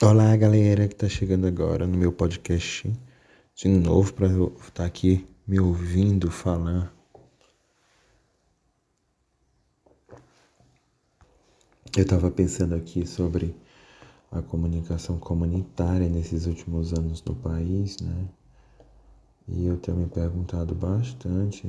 Olá, galera que tá chegando agora no meu podcast de novo para estar aqui me ouvindo falar. Eu tava pensando aqui sobre a comunicação comunitária nesses últimos anos no país, né? E eu tenho me perguntado bastante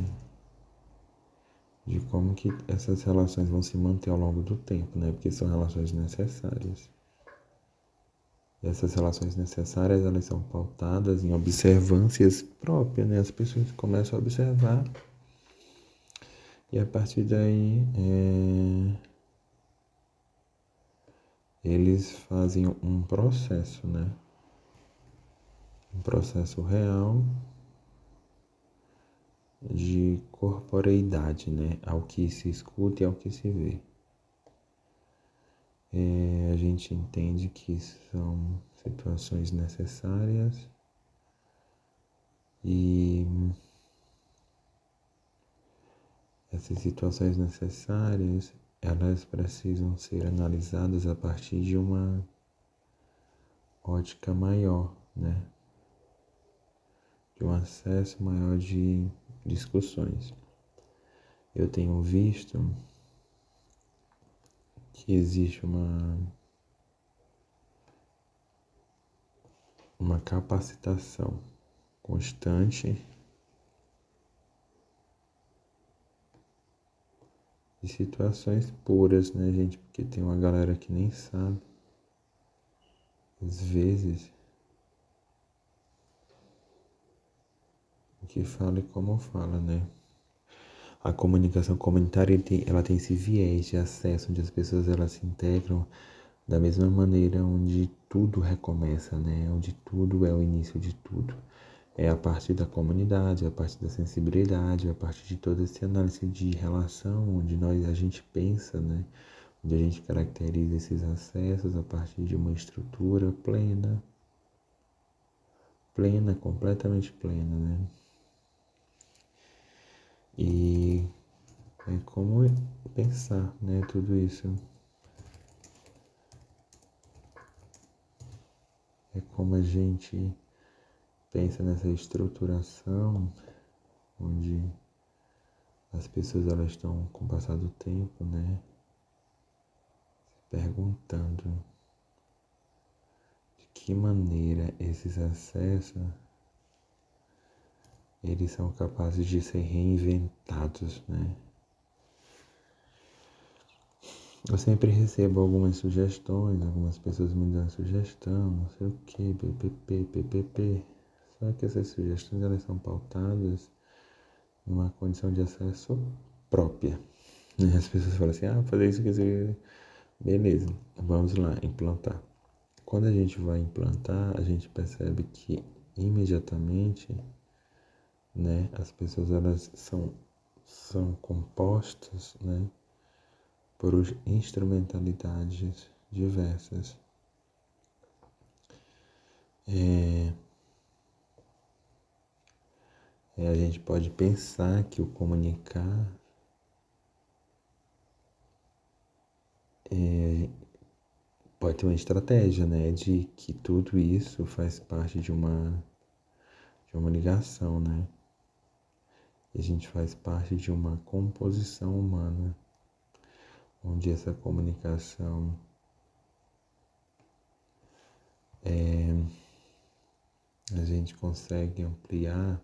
de como que essas relações vão se manter ao longo do tempo, né? Porque são relações necessárias. E essas relações necessárias, elas são pautadas em observâncias próprias, né? As pessoas começam a observar e a partir daí eles fazem um processo, né? Um processo real de corporeidade, né? Ao que se escuta e ao que se vê. A gente entende que são situações necessárias e essas situações necessárias, elas precisam ser analisadas a partir de uma ótica maior, né? De um acesso maior de discussões. Eu tenho visto que existe uma capacitação constante de situações puras, né, gente? Porque tem uma galera que nem sabe, às vezes, o que fala e como fala, né? A comunicação comunitária ela tem esse viés de acesso, onde as pessoas elas se integram da mesma maneira, onde tudo recomeça, né? Onde tudo é o início de tudo. É a partir da comunidade, é a partir da sensibilidade, é a partir de toda essa análise de relação, onde a gente pensa, né? Onde a gente caracteriza esses acessos a partir de uma estrutura plena, completamente plena, né? E é como pensar, né, tudo isso. É como a gente pensa nessa estruturação, onde as pessoas elas estão, com o passar do tempo, né, perguntando de que maneira esses acessos eles são capazes de ser reinventados, né? Eu sempre recebo algumas sugestões, algumas pessoas me dão sugestão, não sei o que, PPP. Só que essas sugestões elas são pautadas numa condição de acesso própria. As pessoas falam assim, fazer isso, quer dizer, beleza, vamos lá, implantar. Quando a gente vai implantar, a gente percebe que imediatamente, né, as pessoas elas são compostas, né, por instrumentalidades diversas. A gente pode pensar que o comunicar pode ter uma estratégia, né, de que tudo isso faz parte de uma ligação, né? E a gente faz parte de uma composição humana, onde essa comunicação a gente consegue ampliar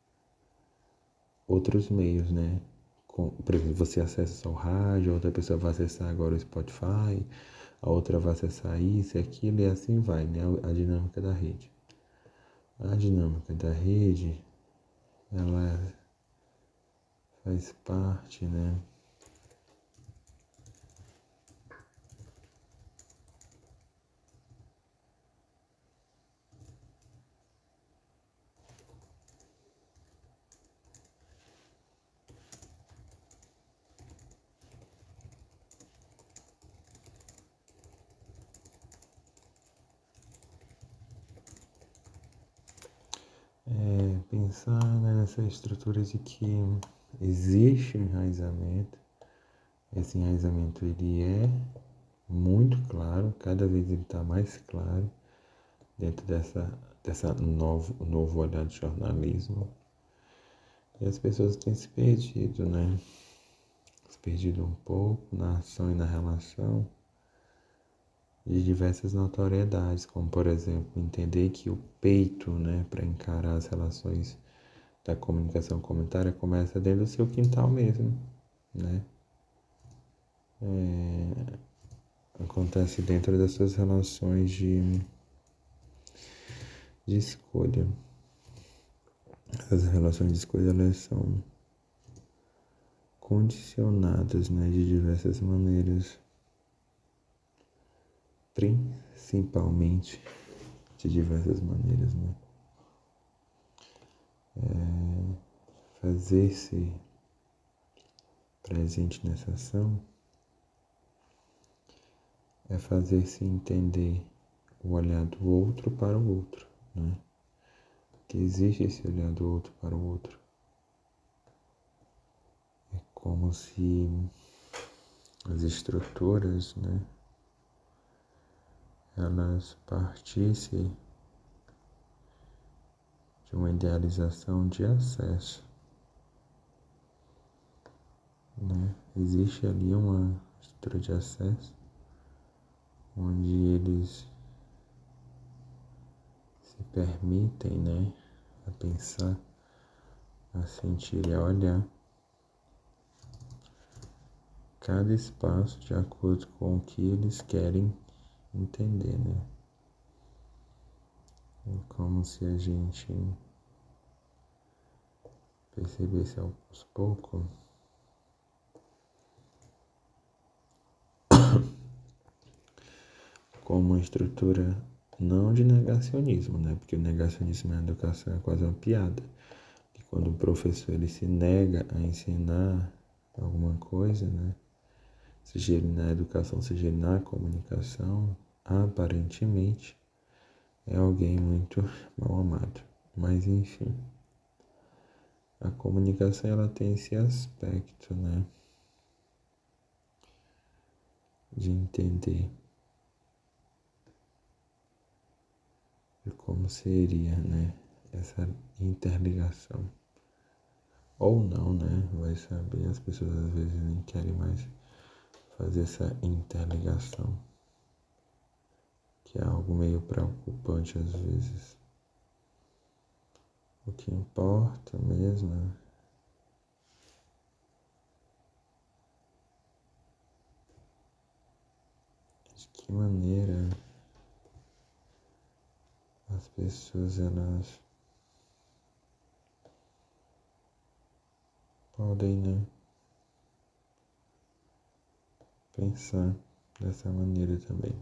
outros meios, né? Por exemplo, você acessa só o rádio, a outra pessoa vai acessar agora o Spotify, a outra vai acessar isso e aquilo, e assim vai, né? A dinâmica da rede. A dinâmica da rede, ela faz parte, né? Pensar, né, nessa estrutura de que existe um enraizamento. Esse enraizamento ele é muito claro, cada vez ele está mais claro. dentro dessa novo olhar de jornalismo. E as pessoas têm se perdido, né? Se perdido um pouco na ação e na relação de diversas notoriedades, como, por exemplo, entender que o peito, né, para encarar as relações da comunicação comunitária começa dentro do seu quintal mesmo, né? Acontece dentro das suas relações de escolha. As relações de escolha, elas são condicionadas, né, de diversas maneiras, principalmente de diversas maneiras, né? Fazer-se presente nessa ação é fazer-se entender o olhar do outro para o outro, né? Que existe esse olhar do outro para o outro. É como se as estruturas, né, elas partissem de uma idealização de acesso, né? Existe ali uma estrutura de acesso onde eles se permitem, né, a pensar, a sentir e a olhar cada espaço de acordo com o que eles querem entender, né? É como se a gente percebesse aos poucos como uma estrutura não de negacionismo, né? Porque o negacionismo na educação é quase uma piada. E quando o professor ele se nega a ensinar alguma coisa, né? Seja ele na educação, seja ele na comunicação, aparentemente é alguém muito mal amado. Mas enfim, a comunicação ela tem esse aspecto, né? De entender de como seria, né, essa interligação. Ou não, né? Vai saber, as pessoas às vezes nem querem mais fazer essa interligação, que é algo meio preocupante às vezes. O que importa mesmo é de que maneira as pessoas elas podem, né, pensar dessa maneira também.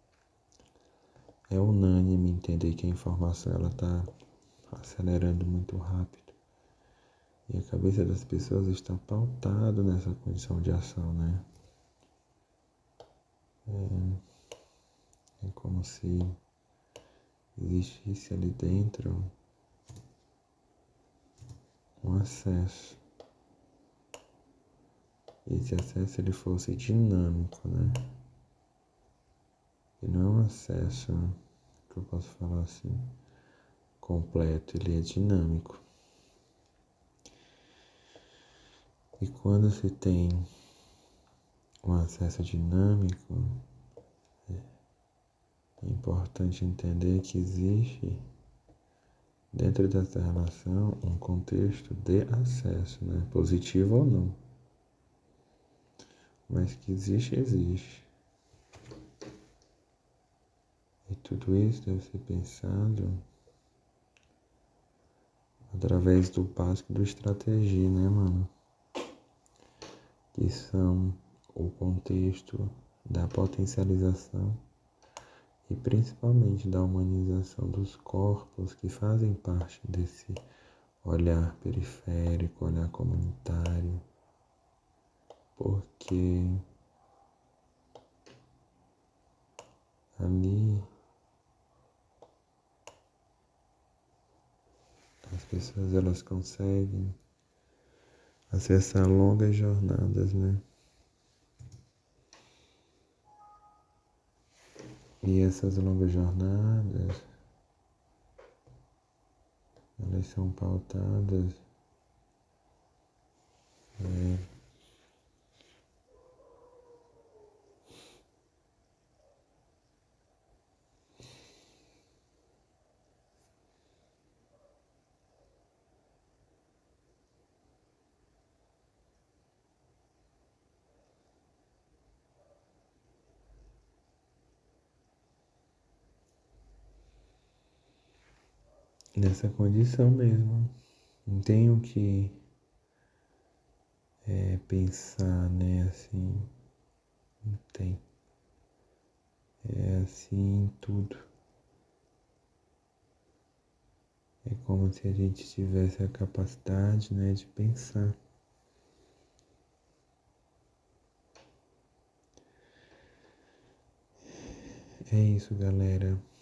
É unânime entender que a informação ela está acelerando muito rápido e a cabeça das pessoas está pautada nessa condição de ação, né? É como se existisse ali dentro um acesso. E esse acesso ele fosse dinâmico, né? E não é um acesso, que eu posso falar assim, completo, ele é dinâmico. E quando se tem um acesso dinâmico, é importante entender que existe dentro dessa relação um contexto de acesso, né? Positivo ou não. Mas que existe, existe. E tudo isso deve ser pensado através do básico do estratégia, né, mano? Que são o contexto da potencialização e principalmente da humanização dos corpos que fazem parte desse olhar periférico, olhar comunitário, porque ali as pessoas elas conseguem acessar longas jornadas, né? E essas longas jornadas elas são pautadas nessa condição mesmo. Não tenho que pensar, né, assim, não tem. É assim em tudo. É como se a gente tivesse a capacidade, né, de pensar. É isso, galera.